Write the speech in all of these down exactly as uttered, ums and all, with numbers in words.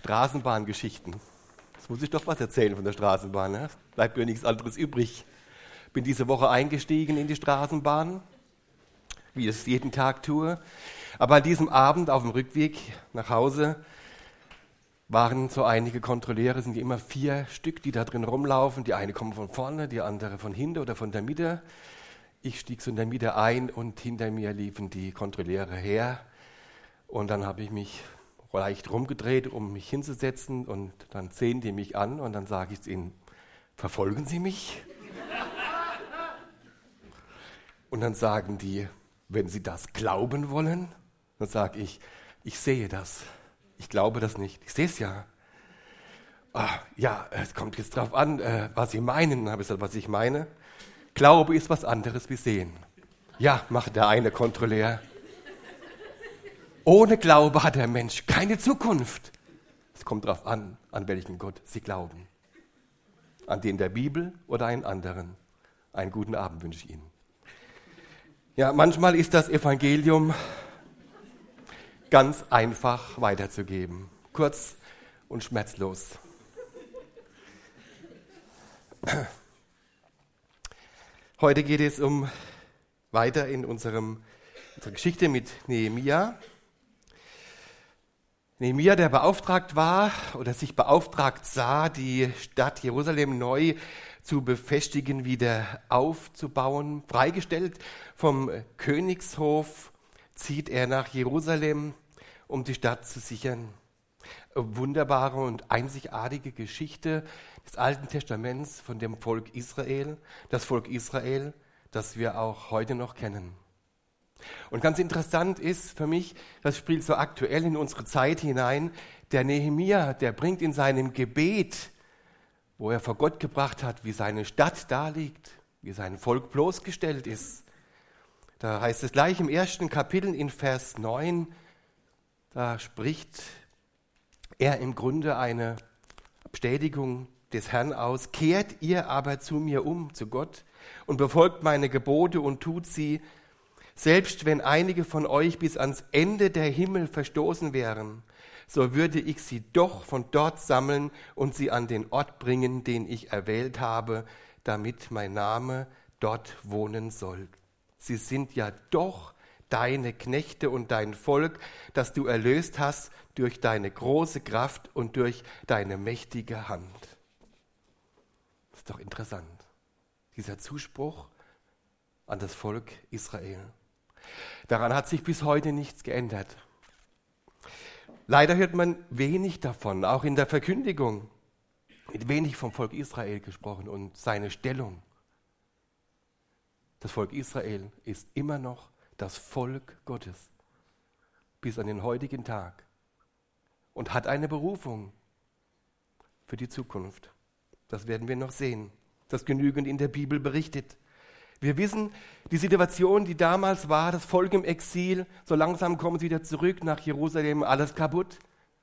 Straßenbahngeschichten. Jetzt muss ich doch was erzählen von der Straßenbahn. Ne? Bleibt mir nichts anderes übrig. Bin diese Woche eingestiegen in die Straßenbahn, wie ich es jeden Tag tue. Aber an diesem Abend auf dem Rückweg nach Hause waren so einige Kontrolleure, sind immer vier Stück, die da drin rumlaufen. Die eine kommt von vorne, die andere von hinten oder von der Mitte. Ich stieg so in der Mitte ein und hinter mir liefen die Kontrolleure her. Und dann habe ich mich leicht rumgedreht, um mich hinzusetzen. Und dann sehen die mich an und dann sage ich ihnen, verfolgen Sie mich? Und dann sagen die, wenn Sie das glauben wollen, dann sage ich, ich sehe das. Ich glaube das nicht. Ich sehe es ja. Ah, ja, es kommt jetzt drauf an, äh, was Sie meinen. Dann habe ich gesagt, was ich meine. Glaube ist was anderes wie sehen. Ja, macht der eine Kontrolleur. Ohne Glaube hat der Mensch keine Zukunft. Es kommt darauf an, an welchen Gott Sie glauben. An den der Bibel oder einen anderen. Einen guten Abend wünsche ich Ihnen. Ja, manchmal ist das Evangelium ganz einfach weiterzugeben. Kurz und schmerzlos. Heute geht es um weiter in unserem, unserer Geschichte mit Nehemia. Nehemia, der beauftragt war oder sich beauftragt sah, die Stadt Jerusalem neu zu befestigen, wieder aufzubauen. Freigestellt vom Königshof zieht er nach Jerusalem, um die Stadt zu sichern. Eine wunderbare und einzigartige Geschichte des Alten Testaments von dem Volk Israel. Das Volk Israel, das wir auch heute noch kennen. Und ganz interessant ist für mich, das spielt so aktuell in unsere Zeit hinein, der Nehemia, der bringt in seinem Gebet, wo er vor Gott gebracht hat, wie seine Stadt da liegt, wie sein Volk bloßgestellt ist. Da heißt es gleich im ersten Kapitel in Vers neun, da spricht er im Grunde eine Bestätigung des Herrn aus. Kehrt ihr aber zu mir um, zu Gott, und befolgt meine Gebote und tut sie, selbst wenn einige von euch bis ans Ende der Himmel verstoßen wären, so würde ich sie doch von dort sammeln und sie an den Ort bringen, den ich erwählt habe, damit mein Name dort wohnen soll. Sie sind ja doch deine Knechte und dein Volk, das du erlöst hast durch deine große Kraft und durch deine mächtige Hand. Das ist doch interessant, dieser Zuspruch an das Volk Israel. Daran hat sich bis heute nichts geändert. Leider hört man wenig davon, auch in der Verkündigung wird wenig vom Volk Israel gesprochen und seine Stellung. Das Volk Israel ist immer noch das Volk Gottes bis an den heutigen Tag und hat eine Berufung für die Zukunft. Das werden wir noch sehen, das genügend in der Bibel berichtet. Wir wissen, die Situation, die damals war, das Volk im Exil, so langsam kommen sie wieder zurück nach Jerusalem, alles kaputt.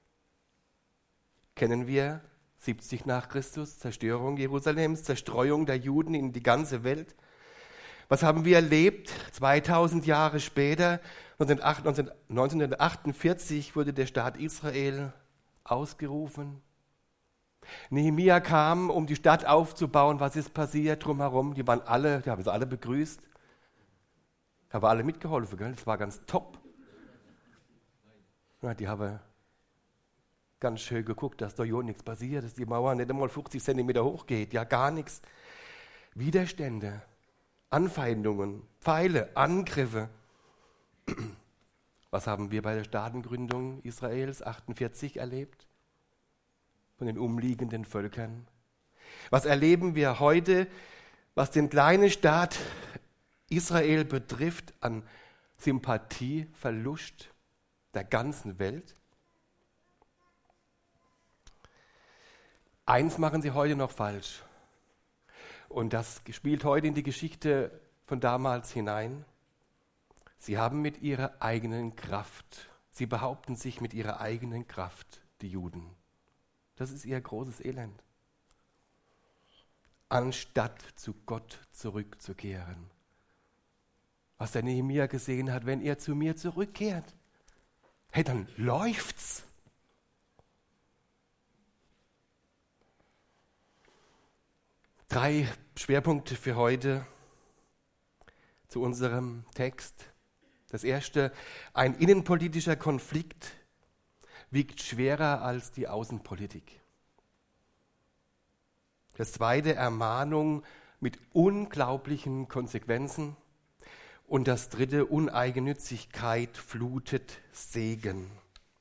Kennen wir siebzig nach Christus, Zerstörung Jerusalems, Zerstreuung der Juden in die ganze Welt. Was haben wir erlebt? zweitausend Jahre später, neunzehnhundertachtundvierzig, wurde der Staat Israel ausgerufen. Nehemia kam, um die Stadt aufzubauen. Was ist passiert drumherum? Die waren alle, die haben sie alle begrüßt. Haben alle mitgeholfen, gell? Das war ganz top. Ja, die haben ganz schön geguckt, dass da ja nichts passiert, dass die Mauer nicht einmal fünfzig Zentimeter hoch geht. Ja, gar nichts. Widerstände, Anfeindungen, Pfeile, Angriffe. Was haben wir bei der Staatengründung Israels achtundvierzig erlebt? Von den umliegenden Völkern. Was erleben wir heute, was den kleinen Staat Israel betrifft, an Sympathieverlust der ganzen Welt? Eins machen sie heute noch falsch. Und das spielt heute in die Geschichte von damals hinein. Sie haben mit ihrer eigenen Kraft, sie behaupten sich mit ihrer eigenen Kraft, die Juden. Das ist ihr großes Elend. Anstatt zu Gott zurückzukehren. Was der Nehemia gesehen hat, wenn ihr zu mir zurückkehrt, hey, dann läuft's. Drei Schwerpunkte für heute zu unserem Text. Das erste, ein innenpolitischer Konflikt wiegt schwerer als die Außenpolitik. Das zweite, Ermahnung mit unglaublichen Konsequenzen. Und das dritte, Uneigennützigkeit flutet Segen.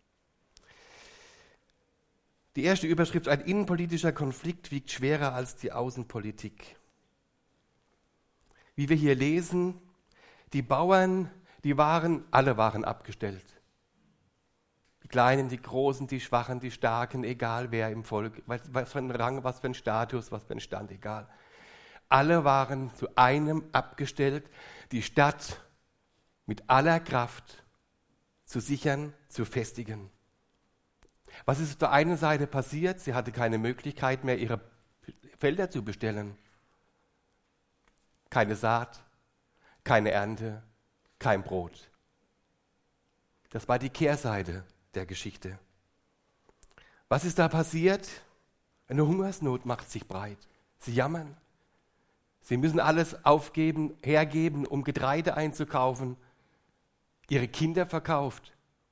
Die erste Überschrift, ein innenpolitischer Konflikt wiegt schwerer als die Außenpolitik. Wie wir hier lesen, die Bauern, die waren, alle waren abgestellt. Die Kleinen, die Großen, die Schwachen, die Starken, egal wer im Volk, was, was für ein Rang, was für ein Status, was für ein Stand, egal. Alle waren zu einem abgestellt, die Stadt mit aller Kraft zu sichern, zu festigen. Was ist auf der einen Seite passiert? Sie hatte keine Möglichkeit mehr, ihre Felder zu bestellen. Keine Saat, keine Ernte, kein Brot. Das war die Kehrseite der Geschichte. Was ist da passiert? Eine Hungersnot macht sich breit. Sie jammern. Sie müssen alles aufgeben, hergeben, um Getreide einzukaufen. Ihre Kinder verkauft.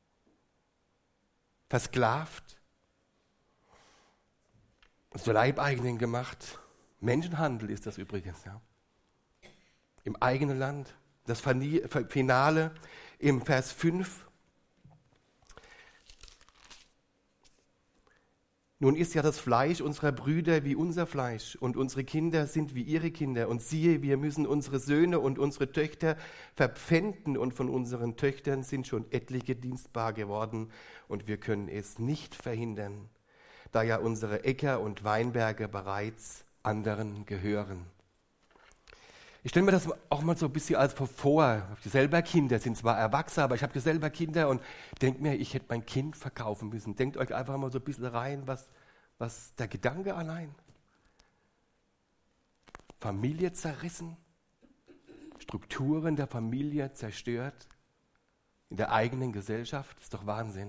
Versklavt. Zu Leibeigenen gemacht. Menschenhandel ist das übrigens. Ja. Im eigenen Land. Das Finale im Vers fünf. Nun ist ja das Fleisch unserer Brüder wie unser Fleisch und unsere Kinder sind wie ihre Kinder. Und siehe, wir müssen unsere Söhne und unsere Töchter verpfänden und von unseren Töchtern sind schon etliche dienstbar geworden und wir können es nicht verhindern, da ja unsere Äcker und Weinberge bereits anderen gehören. Ich stelle mir das auch mal so ein bisschen als vor. Ich habe selber Kinder, sind zwar Erwachsene, aber ich habe selber Kinder und denke mir, ich hätte mein Kind verkaufen müssen. Denkt euch einfach mal so ein bisschen rein, was, was der Gedanke allein. Familie zerrissen, Strukturen der Familie zerstört, in der eigenen Gesellschaft, das ist doch Wahnsinn.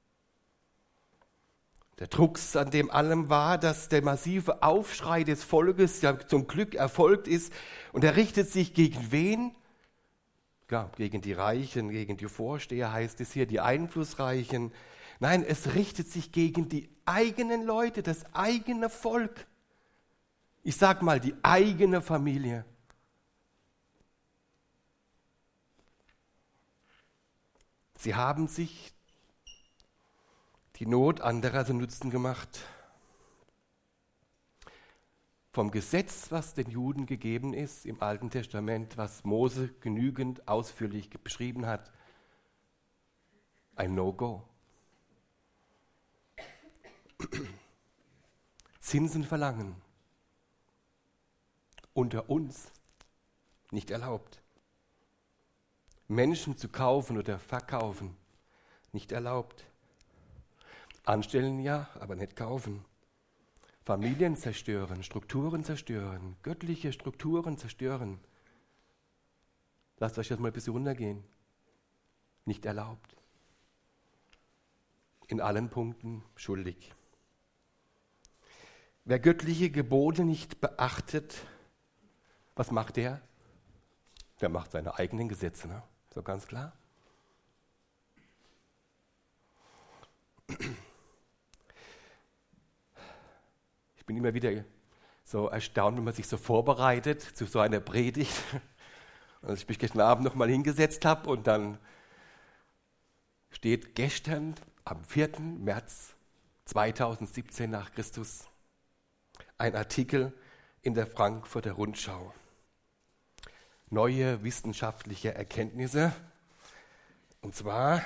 Der Krux an dem allem war, dass der massive Aufschrei des Volkes ja zum Glück erfolgt ist. Und er richtet sich gegen wen? Ja, gegen die Reichen, gegen die Vorsteher heißt es hier, die Einflussreichen. Nein, es richtet sich gegen die eigenen Leute, das eigene Volk. Ich sag mal, die eigene Familie. Sie haben sich die Not anderer zu Nutzen gemacht. Vom Gesetz, was den Juden gegeben ist, im Alten Testament, was Mose genügend ausführlich beschrieben hat, ein No-Go. Zinsen verlangen. Unter uns nicht erlaubt. Menschen zu kaufen oder verkaufen, nicht erlaubt. Anstellen ja, aber nicht kaufen. Familien zerstören, Strukturen zerstören, göttliche Strukturen zerstören. Lasst euch das mal ein bisschen runtergehen. Nicht erlaubt. In allen Punkten schuldig. Wer göttliche Gebote nicht beachtet, was macht der? Der macht seine eigenen Gesetze, ne? So ganz klar. Ich bin immer wieder so erstaunt, wenn man sich so vorbereitet zu so einer Predigt. Und als ich mich gestern Abend noch mal hingesetzt habe und dann steht gestern am vierten März zweitausendsiebzehn nach Christus ein Artikel in der Frankfurter Rundschau. Neue wissenschaftliche Erkenntnisse. Und zwar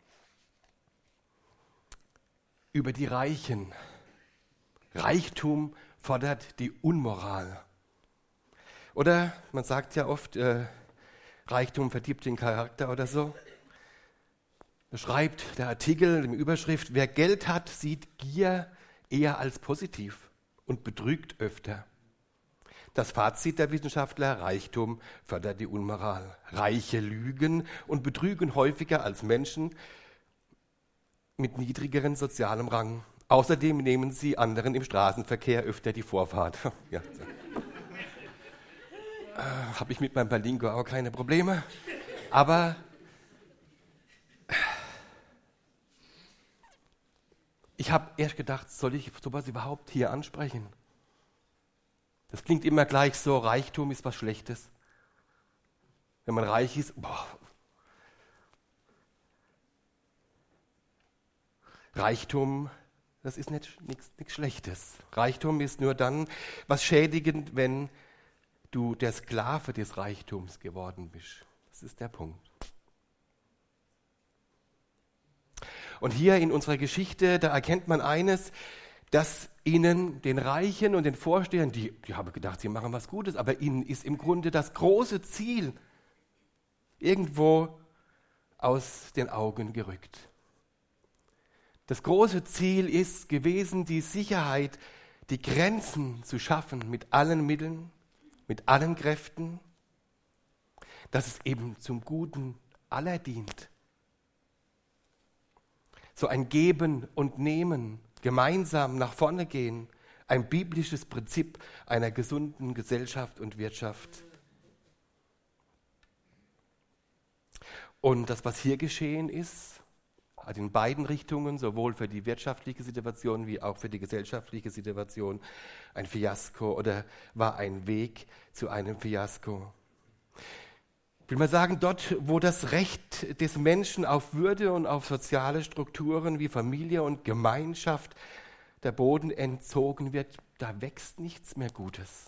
über die Reichen. Reichtum fordert die Unmoral. Oder man sagt ja oft, äh, Reichtum verdirbt den Charakter oder so. Da schreibt der Artikel in der Überschrift, wer Geld hat, sieht Gier eher als positiv und betrügt öfter. Das Fazit der Wissenschaftler, Reichtum fördert die Unmoral. Reiche lügen und betrügen häufiger als Menschen mit niedrigerem sozialem Rang. Außerdem nehmen sie anderen im Straßenverkehr öfter die Vorfahrt. Ja, so. Äh, habe ich mit meinem Berlingo auch keine Probleme. Aber ich habe erst gedacht, soll ich sowas überhaupt hier ansprechen? Das klingt immer gleich so, Reichtum ist was Schlechtes. Wenn man reich ist, boah. Reichtum, das ist nichts Schlechtes. Reichtum ist nur dann was schädigend, wenn du der Sklave des Reichtums geworden bist. Das ist der Punkt. Und hier in unserer Geschichte, da erkennt man eines, dass ihnen, den Reichen und den Vorstehern, die, die haben gedacht, sie machen was Gutes, aber ihnen ist im Grunde das große Ziel irgendwo aus den Augen gerückt. Das große Ziel ist gewesen, die Sicherheit, die Grenzen zu schaffen mit allen Mitteln, mit allen Kräften, dass es eben zum Guten aller dient. So ein Geben und Nehmen, gemeinsam nach vorne gehen, ein biblisches Prinzip einer gesunden Gesellschaft und Wirtschaft. Und das, was hier geschehen ist, hat in beiden Richtungen, sowohl für die wirtschaftliche Situation wie auch für die gesellschaftliche Situation, ein Fiasko oder war ein Weg zu einem Fiasko. Ich will mal sagen, dort, wo das Recht des Menschen auf Würde und auf soziale Strukturen wie Familie und Gemeinschaft der Boden entzogen wird, da wächst nichts mehr Gutes.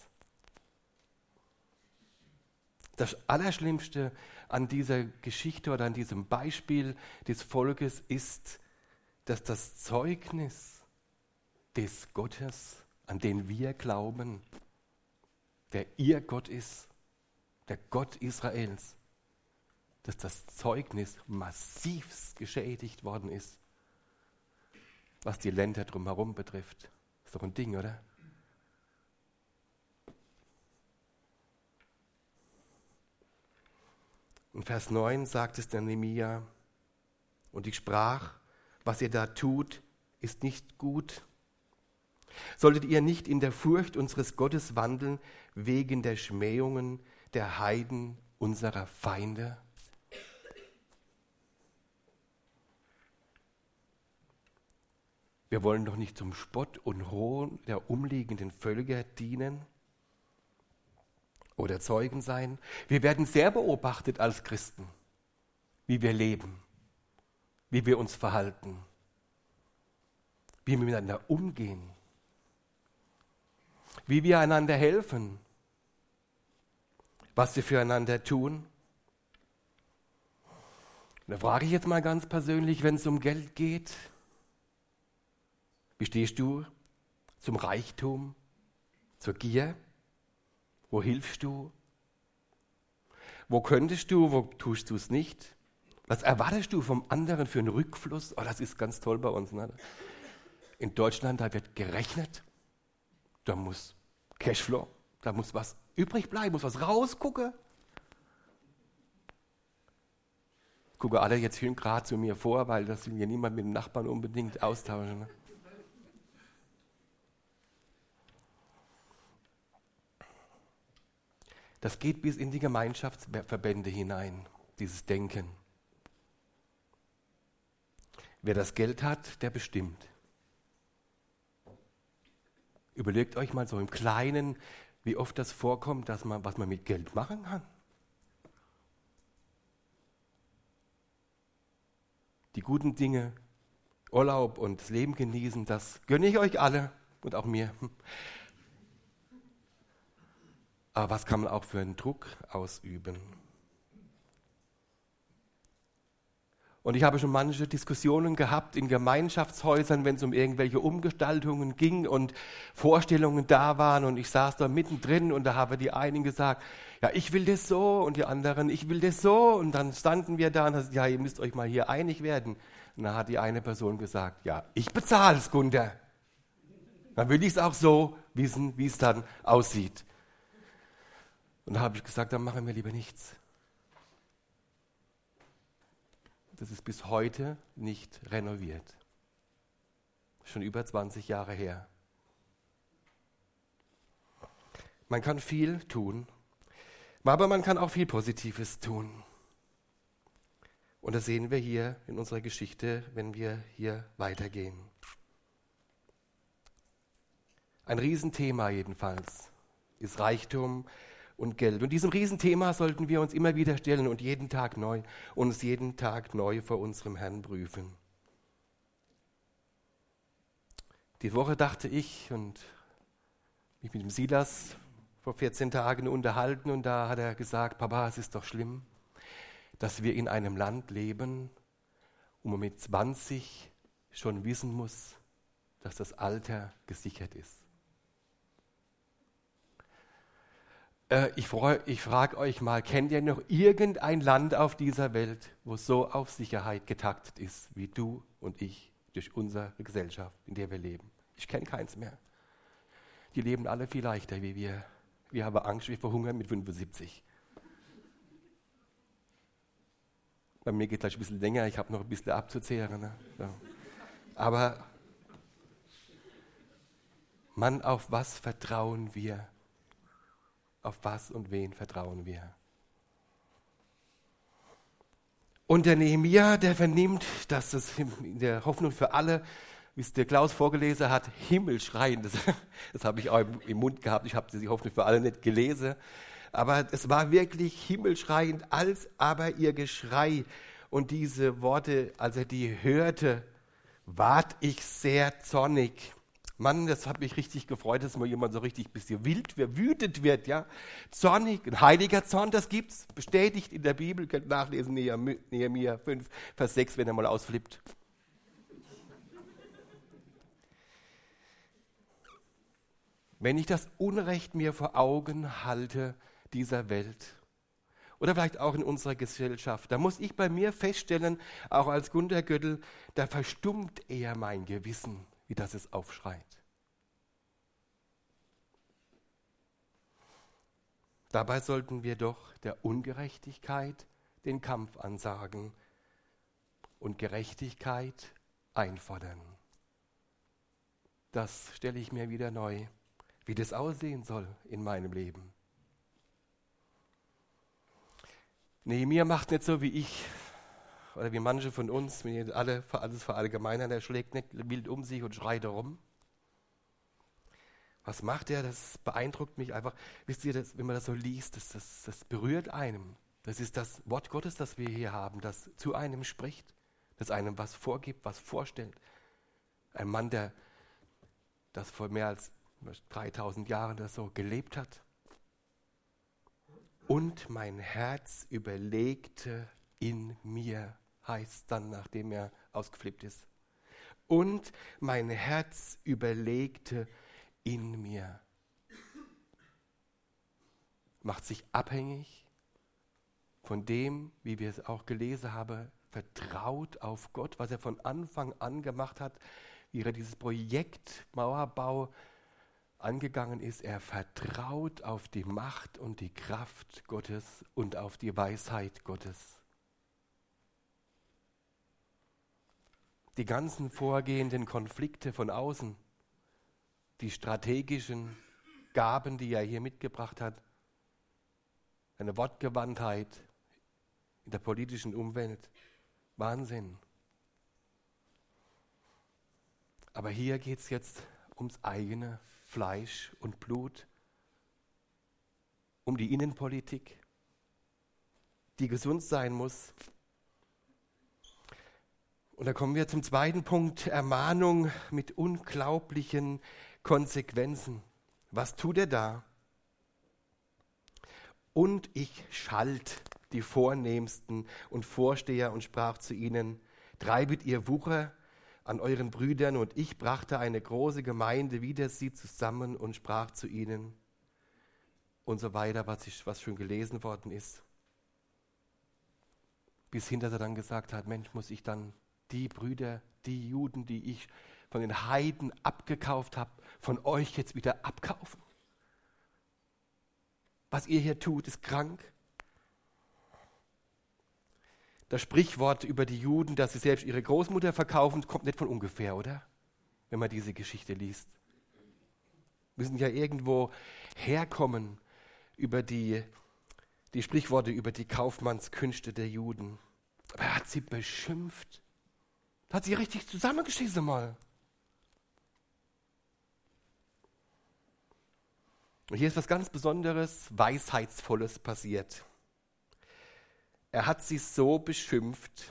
Das Allerschlimmste an dieser Geschichte oder an diesem Beispiel des Volkes ist, dass das Zeugnis des Gottes, an den wir glauben, der ihr Gott ist, der Gott Israels, dass das Zeugnis massivst geschädigt worden ist, was die Länder drumherum betrifft. Ist doch ein Ding, oder? In Vers neun sagt es dann Nehemia, und ich sprach, was ihr da tut, ist nicht gut. Solltet ihr nicht in der Furcht unseres Gottes wandeln, wegen der Schmähungen der Heiden unserer Feinde? Wir wollen doch nicht zum Spott und Hohn der umliegenden Völker dienen oder Zeugen sein. Wir werden sehr beobachtet als Christen, wie wir leben, wie wir uns verhalten, wie wir miteinander umgehen, wie wir einander helfen, was wir füreinander tun. Und da frage ich jetzt mal ganz persönlich, wenn es um Geld geht, wie stehst du zum Reichtum, zur Gier? Wo hilfst du? Wo könntest du, wo tust du es nicht? Was erwartest du vom anderen für einen Rückfluss? Oh, das ist ganz toll bei uns. Ne? In Deutschland, da wird gerechnet, da muss Cashflow, da muss was übrig bleiben, muss was rausgucken. Gucke alle jetzt schön gerade zu mir vor, weil das will ja niemand mit dem Nachbarn unbedingt austauschen. Ne? Das geht bis in die Gemeinschaftsverbände hinein, dieses Denken. Wer das Geld hat, der bestimmt. Überlegt euch mal so im Kleinen, wie oft das vorkommt, dass man, was man mit Geld machen kann. Die guten Dinge, Urlaub und das Leben genießen, das gönne ich euch alle und auch mir. Aber was kann man auch für einen Druck ausüben? Und ich habe schon manche Diskussionen gehabt in Gemeinschaftshäusern, wenn es um irgendwelche Umgestaltungen ging und Vorstellungen da waren und ich saß da mittendrin und da haben die einen gesagt, ja, ich will das so und die anderen, ich will das so und dann standen wir da und sagten, ja, ihr müsst euch mal hier einig werden. Und dann hat die eine Person gesagt, ja, ich bezahle es, Gunther. Dann will ich es auch so wissen, wie es dann aussieht. Und da habe ich gesagt, dann machen wir lieber nichts. Das ist bis heute nicht renoviert. Schon über zwanzig Jahre her. Man kann viel tun. Aber man kann auch viel Positives tun. Und das sehen wir hier in unserer Geschichte, wenn wir hier weitergehen. Ein Riesenthema jedenfalls ist Reichtum und Geld. Und diesem Riesenthema sollten wir uns immer wieder stellen und jeden Tag neu, uns jeden Tag neu vor unserem Herrn prüfen. Die Woche dachte ich und mich mit dem Silas vor vierzehn Tagen unterhalten und da hat er gesagt, Papa, es ist doch schlimm, dass wir in einem Land leben, wo man mit zwanzig schon wissen muss, dass das Alter gesichert ist. Äh, ich ich frage euch mal, kennt ihr noch irgendein Land auf dieser Welt, wo so auf Sicherheit getaktet ist, wie du und ich durch unsere Gesellschaft, in der wir leben? Ich kenne keins mehr. Die leben alle viel leichter wie wir. Wir haben Angst, wir verhungern mit fünfundsiebzig. Bei mir geht es gleich ein bisschen länger, ich habe noch ein bisschen abzuzehren. Ne? Ja. Aber Mann, auf was vertrauen wir? Auf was und wen vertrauen wir? Und der Nehemia, der vernimmt, dass es in der Hoffnung für alle, wie es der Klaus vorgelesen hat, himmelschreiend, das, das habe ich auch im, im Mund gehabt, ich habe die Hoffnung für alle nicht gelesen, aber es war wirklich himmelschreiend, als aber ihr Geschrei und diese Worte, als er die hörte, ward ich sehr zornig. Mann, das hat mich richtig gefreut, dass mal jemand so richtig ein bisschen wild, wütend wird, ja. Zornig, ein heiliger Zorn, das gibt's, bestätigt in der Bibel, könnt nachlesen, Nehemia fünf, Vers sechs, wenn er mal ausflippt. Wenn ich das Unrecht mir vor Augen halte dieser Welt oder vielleicht auch in unserer Gesellschaft, da muss ich bei mir feststellen, auch als Gunter Göttl, da verstummt eher mein Gewissen, wie das es aufschreit. Dabei sollten wir doch der Ungerechtigkeit den Kampf ansagen und Gerechtigkeit einfordern. Das stelle ich mir wieder neu, wie das aussehen soll in meinem Leben. Nehemia macht nicht so wie ich oder wie manche von uns, wenn ihr alle, alles verallgemeinern, er schlägt nicht wild um sich und schreit herum. Was macht er? Das beeindruckt mich einfach. Wisst ihr, das, wenn man das so liest, das, das, das berührt einem. Das ist das Wort Gottes, das wir hier haben, das zu einem spricht, das einem was vorgibt, was vorstellt. Ein Mann, der das vor mehr als dreitausend Jahren das so gelebt hat. Und mein Herz überlegte in mir, heißt dann, nachdem er ausgeflippt ist. Und mein Herz überlegte in mir. Macht sich abhängig von dem, wie wir es auch gelesen haben, vertraut auf Gott, was er von Anfang an gemacht hat, wie er dieses Projekt Mauerbau angegangen ist. Er vertraut auf die Macht und die Kraft Gottes und auf die Weisheit Gottes. Die ganzen vorgehenden Konflikte von außen, die strategischen Gaben, die er hier mitgebracht hat, eine Wortgewandtheit in der politischen Umwelt, Wahnsinn. Aber hier geht es jetzt ums eigene Fleisch und Blut, um die Innenpolitik, die gesund sein muss. Und da kommen wir zum zweiten Punkt, Ermahnung mit unglaublichen Konsequenzen. Was tut er da? Und ich schalt die Vornehmsten und Vorsteher und sprach zu ihnen, treibet ihr Wucher an euren Brüdern, und ich brachte eine große Gemeinde wider sie zusammen und sprach zu ihnen und so weiter, was, ich, was schon gelesen worden ist. Bis hin, dass er dann gesagt hat, Mensch, muss ich dann die Brüder, die Juden, die ich von den Heiden abgekauft habe, von euch jetzt wieder abkaufen? Was ihr hier tut, ist krank. Das Sprichwort über die Juden, dass sie selbst ihre Großmutter verkaufen, kommt nicht von ungefähr, oder? Wenn man diese Geschichte liest. Müssen ja irgendwo herkommen über die die Sprichworte über die Kaufmannskünste der Juden. Aber er hat sie beschimpft. Da hat sie richtig zusammengeschissen mal. Und hier ist was ganz Besonderes, Weisheitsvolles passiert. Er hat sie so beschimpft,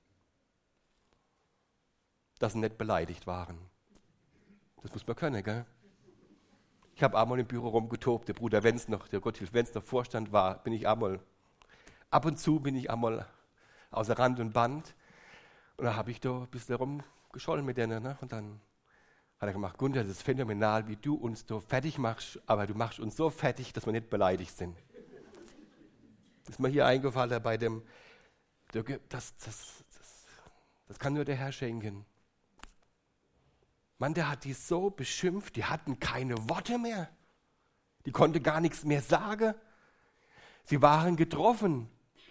dass sie nicht beleidigt waren. Das muss man können, gell? Ich habe einmal im Büro rumgetobt, der Bruder Wenz noch, der Gott hilft, Wenz noch Vorstand war, bin ich einmal, ab und zu bin ich einmal außer Rand und Band. Und da habe ich da ein bisschen rumgeschollen mit denen. Ne? Und dann hat er gemacht, Gunther, das ist phänomenal, wie du uns da fertig machst, aber du machst uns so fertig, dass wir nicht beleidigt sind. Das ist mir hier eingefallen bei dem, das, das, das, das kann nur der Herr schenken. Mann, der hat die so beschimpft, die hatten keine Worte mehr. Die konnte gar nichts mehr sagen. Sie waren getroffen.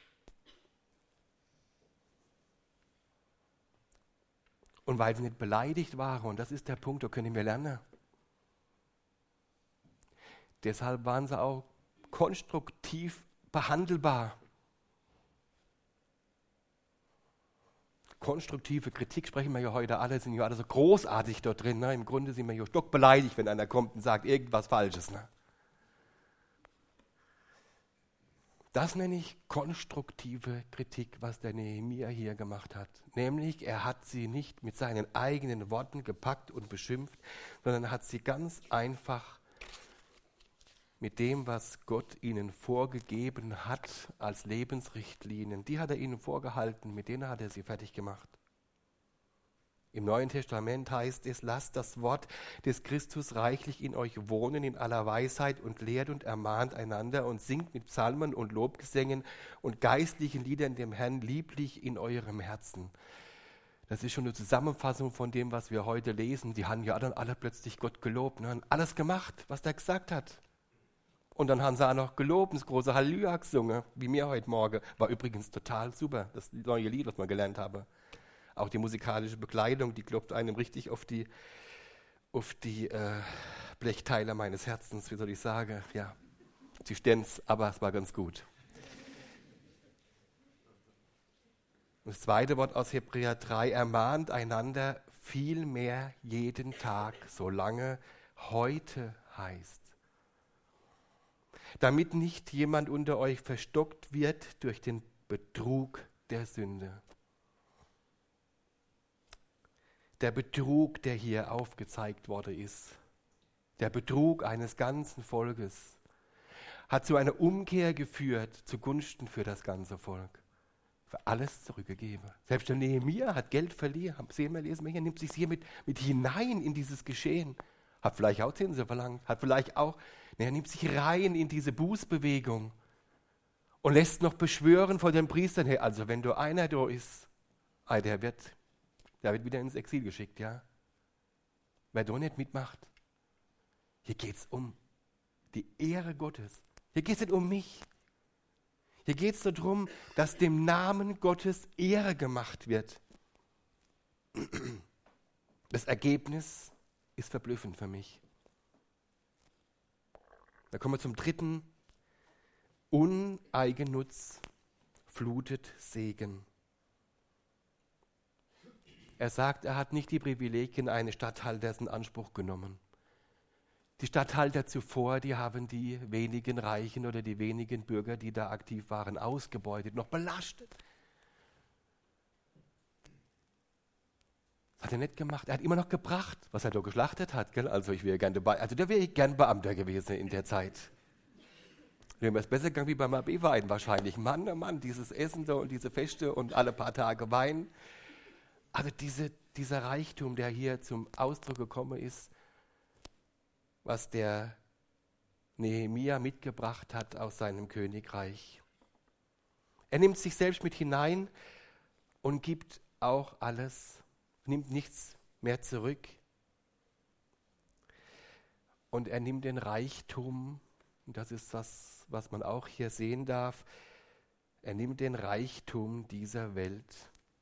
Und weil sie nicht beleidigt waren, und das ist der Punkt, da können wir lernen. Deshalb waren sie auch konstruktiv behandelbar. Konstruktive Kritik sprechen wir ja heute alle, sind ja alle so großartig dort drin. Ne? Im Grunde sind wir ja stockbeleidigt, wenn einer kommt und sagt irgendwas Falsches. Ne? Das nenne ich konstruktive Kritik, was der Nehemia hier gemacht hat. Nämlich, er hat sie nicht mit seinen eigenen Worten gepackt und beschimpft, sondern hat sie ganz einfach mit dem, was Gott ihnen vorgegeben hat als Lebensrichtlinien, die hat er ihnen vorgehalten, mit denen hat er sie fertig gemacht. Im Neuen Testament heißt es, lasst das Wort des Christus reichlich in euch wohnen in aller Weisheit und lehrt und ermahnt einander und singt mit Psalmen und Lobgesängen und geistlichen Liedern dem Herrn lieblich in eurem Herzen. Das ist schon eine Zusammenfassung von dem, was wir heute lesen. Die haben ja dann alle plötzlich Gott gelobt, ne? Haben alles gemacht, was der gesagt hat. Und dann haben sie auch noch gelobt, das große Halleluja gesungen, wie mir heute Morgen. War übrigens total super, das neue Lied, was wir gelernt haben. Auch die musikalische Bekleidung, die klopft einem richtig auf die, auf die äh, Blechteile meines Herzens, wie soll ich sagen. Ja, sie sten's, aber es war ganz gut. Und das zweite Wort aus Hebräer drei, ermahnt einander vielmehr jeden Tag, solange heute heißt. Damit nicht jemand unter euch verstockt wird durch den Betrug der Sünde. Der Betrug, der hier aufgezeigt worden ist, der Betrug eines ganzen Volkes, hat zu einer Umkehr geführt zugunsten für das ganze Volk. Für alles zurückgegeben. Selbst der Nehemia hat Geld verliehen. Sehen wir, lesen wir hier, nimmt sich hier mit, mit hinein in dieses Geschehen. Hat vielleicht auch Zinsen verlangt, hat vielleicht auch, ne, er nimmt sich rein in diese Bußbewegung und lässt noch beschwören vor den Priestern, hey, also wenn du einer da ist, der wird, der wird wieder ins Exil geschickt, ja. Wer da nicht mitmacht, hier geht es um die Ehre Gottes. Hier geht es nicht um mich. Hier geht es darum, dass dem Namen Gottes Ehre gemacht wird. Das Ergebnis ist verblüffend für mich. Da kommen wir zum dritten. Uneigennutz flutet Segen. Er sagt, er hat nicht die Privilegien eines Statthalters in Anspruch genommen. Die Statthalter zuvor, die haben die wenigen Reichen oder die wenigen Bürger, die da aktiv waren, ausgebeutet, noch belastet. Das hat er nicht gemacht. Er hat immer noch gebracht, was er da geschlachtet hat. Gell? Also ich wäre gern dabei. Also da wäre ich gern Beamter gewesen in der Zeit. Da wäre es besser gegangen wie beim A B-Wein wahrscheinlich. Mann, oh Mann, dieses Essen da und diese Feste und alle paar Tage Wein. Also diese, dieser Reichtum, der hier zum Ausdruck gekommen ist, was der Nehemia mitgebracht hat aus seinem Königreich. Er nimmt sich selbst mit hinein und gibt auch alles, nimmt nichts mehr zurück. Und er nimmt den Reichtum, und das ist das, was man auch hier sehen darf, er nimmt den Reichtum dieser Welt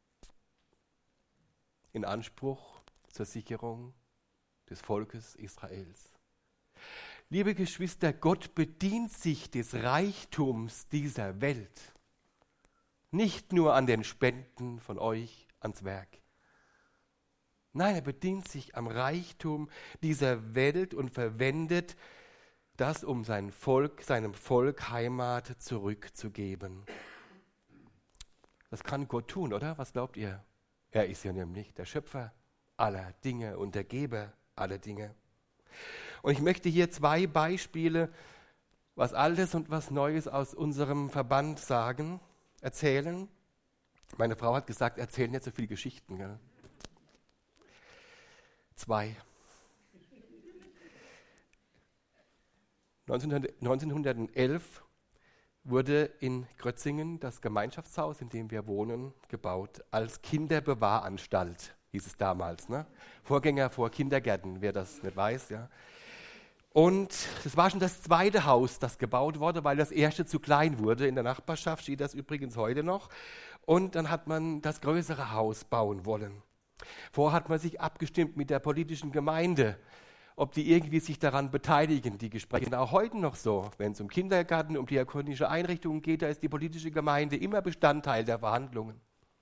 in Anspruch zur Sicherung des Volkes Israels. Liebe Geschwister, Gott bedient sich des Reichtums dieser Welt. Nicht nur an den Spenden von euch ans Werk. Nein, er bedient sich am Reichtum dieser Welt und verwendet das, um sein Volk, seinem Volk Heimat zurückzugeben. Das kann Gott tun, oder? Was glaubt ihr? Er ist ja nämlich der Schöpfer aller Dinge und der Geber aller Dinge. Und ich möchte hier zwei Beispiele, was Altes und was Neues aus unserem Verband sagen, erzählen. Meine Frau hat gesagt, erzählen nicht so viele Geschichten. Gell? Zwei. neunzehnhundertelf wurde in Grötzingen das Gemeinschaftshaus, in dem wir wohnen, gebaut, als Kinderbewahranstalt, hieß es damals. Ne? Vorgänger vor Kindergärten, wer das nicht weiß. Ja. Und das war schon das zweite Haus, das gebaut wurde, weil das erste zu klein wurde. In der Nachbarschaft steht das übrigens heute noch. Und dann hat man das größere Haus bauen wollen. Vorher hat man sich abgestimmt mit der politischen Gemeinde, ob die irgendwie sich daran beteiligen. Die Gespräche sind auch heute noch so. Wenn es um Kindergarten, um diakonische Einrichtungen geht, da ist die politische Gemeinde immer Bestandteil der Verhandlungen.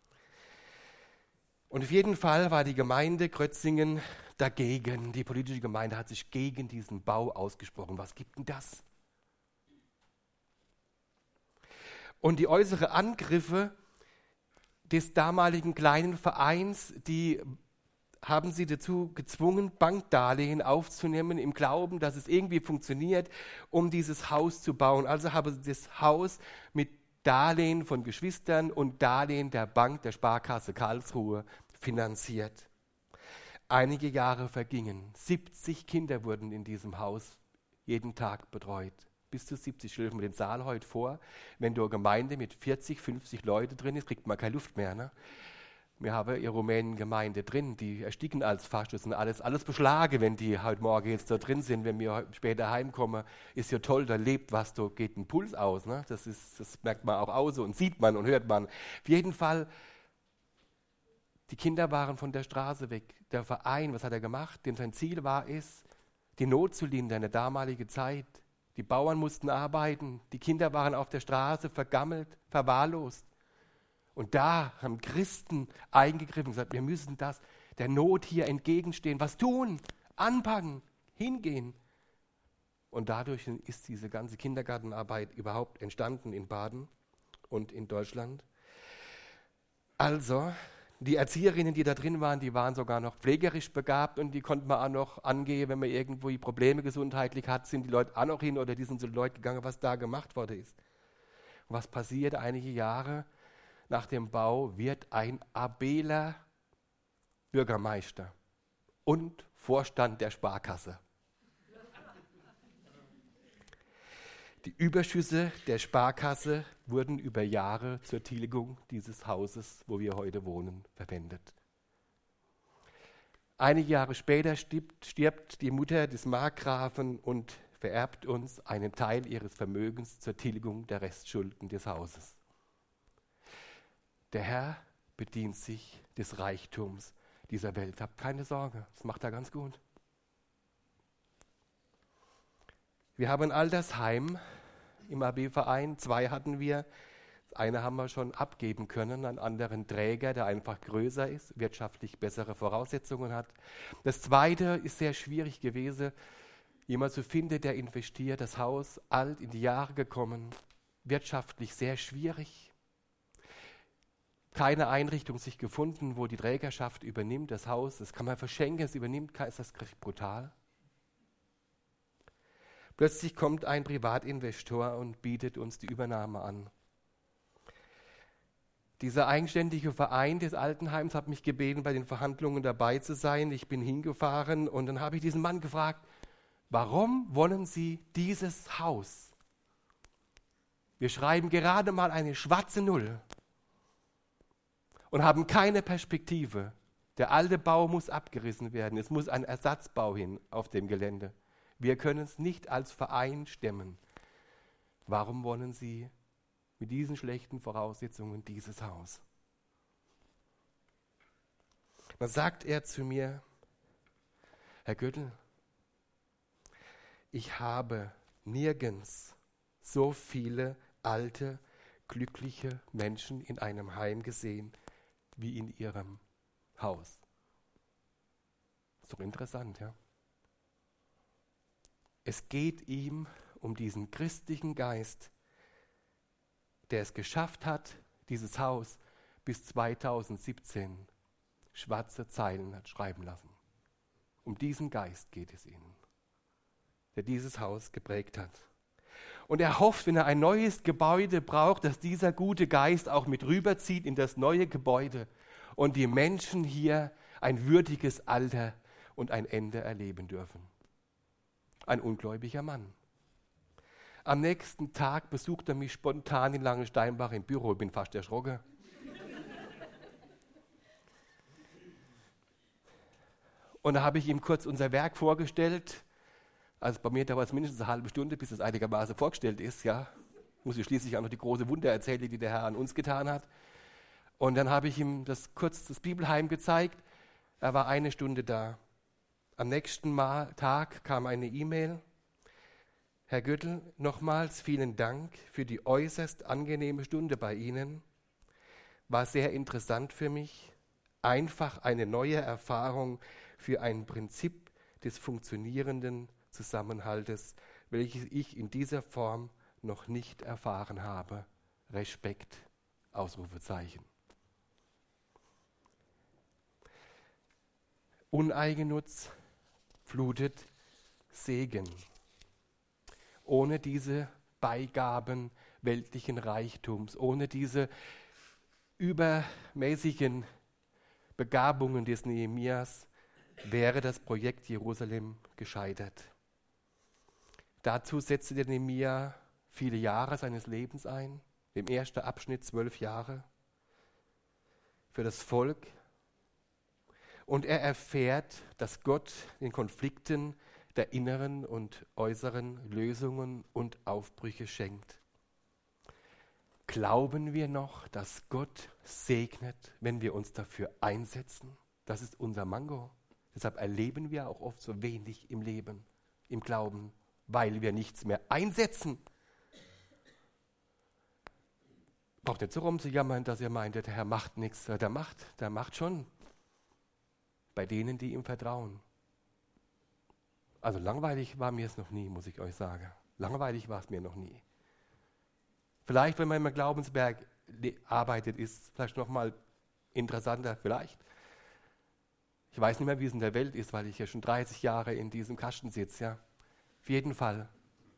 Und auf jeden Fall war die Gemeinde Grötzingen dagegen. Die politische Gemeinde hat sich gegen diesen Bau ausgesprochen. Was gibt denn das? Und die äußeren Angriffe des damaligen kleinen Vereins, die haben sie dazu gezwungen, Bankdarlehen aufzunehmen, im Glauben, dass es irgendwie funktioniert, um dieses Haus zu bauen. Also haben sie das Haus mit Darlehen von Geschwistern und Darlehen der Bank, der Sparkasse Karlsruhe, finanziert. Einige Jahre vergingen. siebzig Kinder wurden in diesem Haus jeden Tag betreut. Bis zu siebzig, stellen wir den Saal heute vor. Wenn du eine Gemeinde mit vierzig, fünfzig Leute drin ist, kriegt man keine Luft mehr. Ne? Wir haben eine Rumänen-Gemeinde drin, die ersticken als fast. Das sind alles, alles Beschlage, wenn die heute Morgen jetzt da drin sind. Wenn wir später heimkommen, ist ja toll, da lebt was, da geht ein Puls aus. Ne? Das, ist, das merkt man auch aus und sieht man und hört man. Auf jeden Fall, die Kinder waren von der Straße weg. Der Verein, was hat er gemacht? Dem sein Ziel war es, die Not zu lindern in der damaligen Zeit. Die Bauern mussten arbeiten, die Kinder waren auf der Straße vergammelt, verwahrlost. Und da haben Christen eingegriffen und gesagt, wir müssen das der Not hier entgegenstehen, was tun, anpacken, hingehen. Und dadurch ist diese ganze Kindergartenarbeit überhaupt entstanden in Baden und in Deutschland. Also, die Erzieherinnen, die da drin waren, die waren sogar noch pflegerisch begabt und die konnte man auch noch angehen, wenn man irgendwo Probleme gesundheitlich hat, sind die Leute auch noch hin oder die sind zu den Leuten gegangen, was da gemacht worden ist. Und was passiert einige Jahre nach dem Bau, wird ein Abeler Bürgermeister und Vorstand der Sparkasse. Die Überschüsse der Sparkasse wurden über Jahre zur Tilgung dieses Hauses, wo wir heute wohnen, verwendet. Einige Jahre später stirbt, stirbt die Mutter des Markgrafen und vererbt uns einen Teil ihres Vermögens zur Tilgung der Restschulden des Hauses. Der Herr bedient sich des Reichtums dieser Welt. Habt keine Sorge, das macht er ganz gut. Wir haben ein Altersheim im A B-Verein, zwei hatten wir. Das eine haben wir schon abgeben können, einen anderen Träger, der einfach größer ist, wirtschaftlich bessere Voraussetzungen hat. Das zweite ist sehr schwierig gewesen, jemand zu finden, der investiert. Das Haus, alt, in die Jahre gekommen, wirtschaftlich sehr schwierig. Keine Einrichtung sich gefunden, wo die Trägerschaft übernimmt, das Haus, das kann man verschenken, es übernimmt, ist das brutal. Plötzlich kommt ein Privatinvestor und bietet uns die Übernahme an. Dieser eigenständige Verein des Altenheims hat mich gebeten, bei den Verhandlungen dabei zu sein. Ich bin hingefahren und dann habe ich diesen Mann gefragt, warum wollen Sie dieses Haus? Wir schreiben gerade mal eine schwarze Null und haben keine Perspektive. Der alte Bau muss abgerissen werden. Es muss ein Ersatzbau hin auf dem Gelände. Wir können es nicht als Verein stemmen. Warum wollen Sie mit diesen schlechten Voraussetzungen dieses Haus? Dann sagt er zu mir, Herr Göttl, Ich habe nirgends so viele alte, glückliche Menschen in einem Heim gesehen wie in ihrem Haus. Ist doch interessant, ja? Es geht ihm um diesen christlichen Geist, der es geschafft hat, dieses Haus bis zweitausendsiebzehn schwarze Zeilen hat schreiben lassen. Um diesen Geist geht es ihnen, der dieses Haus geprägt hat. Und er hofft, wenn er ein neues Gebäude braucht, dass dieser gute Geist auch mit rüberzieht in das neue Gebäude und die Menschen hier ein würdiges Alter und ein Ende erleben dürfen. Ein ungläubiger Mann. Am nächsten Tag besucht er mich spontan in Langensteinbach im Büro. Ich bin fast erschrocken. Und da habe ich ihm kurz unser Werk vorgestellt. Also bei mir dauert es mindestens eine halbe Stunde, bis es einigermaßen vorgestellt ist. Ja, muss ich schließlich auch noch die große Wunder erzählen, die der Herr an uns getan hat. Und dann habe ich ihm das kurz das Bibelheim gezeigt. Er war eine Stunde da. Am nächsten Mal, Tag kam eine E-Mail. Herr Göttl, nochmals vielen Dank für die äußerst angenehme Stunde bei Ihnen. War sehr interessant für mich. Einfach eine neue Erfahrung für ein Prinzip des funktionierenden Zusammenhaltes, welches ich in dieser Form noch nicht erfahren habe. Respekt, Ausrufezeichen. Uneigennutz flutet Segen. Ohne diese Beigaben weltlichen Reichtums, ohne diese übermäßigen Begabungen des Nehemias wäre das Projekt Jerusalem gescheitert. Dazu setzte der Nehemia viele Jahre seines Lebens ein, im ersten Abschnitt zwölf Jahre, für das Volk. Und er erfährt, dass Gott den Konflikten der inneren und äußeren Lösungen und Aufbrüche schenkt. Glauben wir noch, dass Gott segnet, wenn wir uns dafür einsetzen? Das ist unser Manko. Deshalb erleben wir auch oft so wenig im Leben, im Glauben, weil wir nichts mehr einsetzen. Braucht nicht so rumzujammern, dass ihr meint, der Herr macht nichts. Der macht, der macht schon. Bei denen, die ihm vertrauen. Also langweilig war mir es noch nie, muss ich euch sagen. Langweilig war es mir noch nie. Vielleicht, wenn man im Glaubensberg arbeitet, ist es vielleicht noch mal interessanter, vielleicht. Ich weiß nicht mehr, wie es in der Welt ist, weil ich ja schon dreißig Jahre in diesem Kasten sitze. Ja? Auf jeden Fall.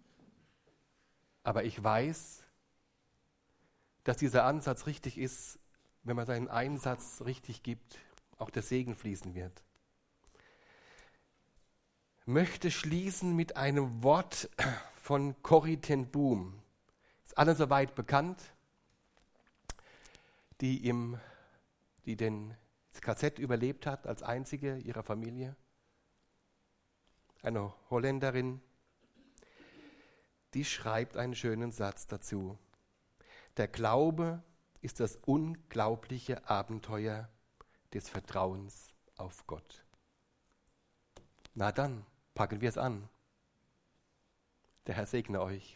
Aber ich weiß, dass dieser Ansatz richtig ist, wenn man seinen Einsatz richtig gibt, auch der Segen fließen wird. Ich möchte schließen mit einem Wort von Corrie ten Boom. Ist allen soweit bekannt, die, im, die den das K Z überlebt hat als einzige ihrer Familie. Eine Holländerin, die schreibt einen schönen Satz dazu. Der Glaube ist das unglaubliche Abenteuer des Vertrauens auf Gott. Na dann, packen wir es an. Der Herr segne euch.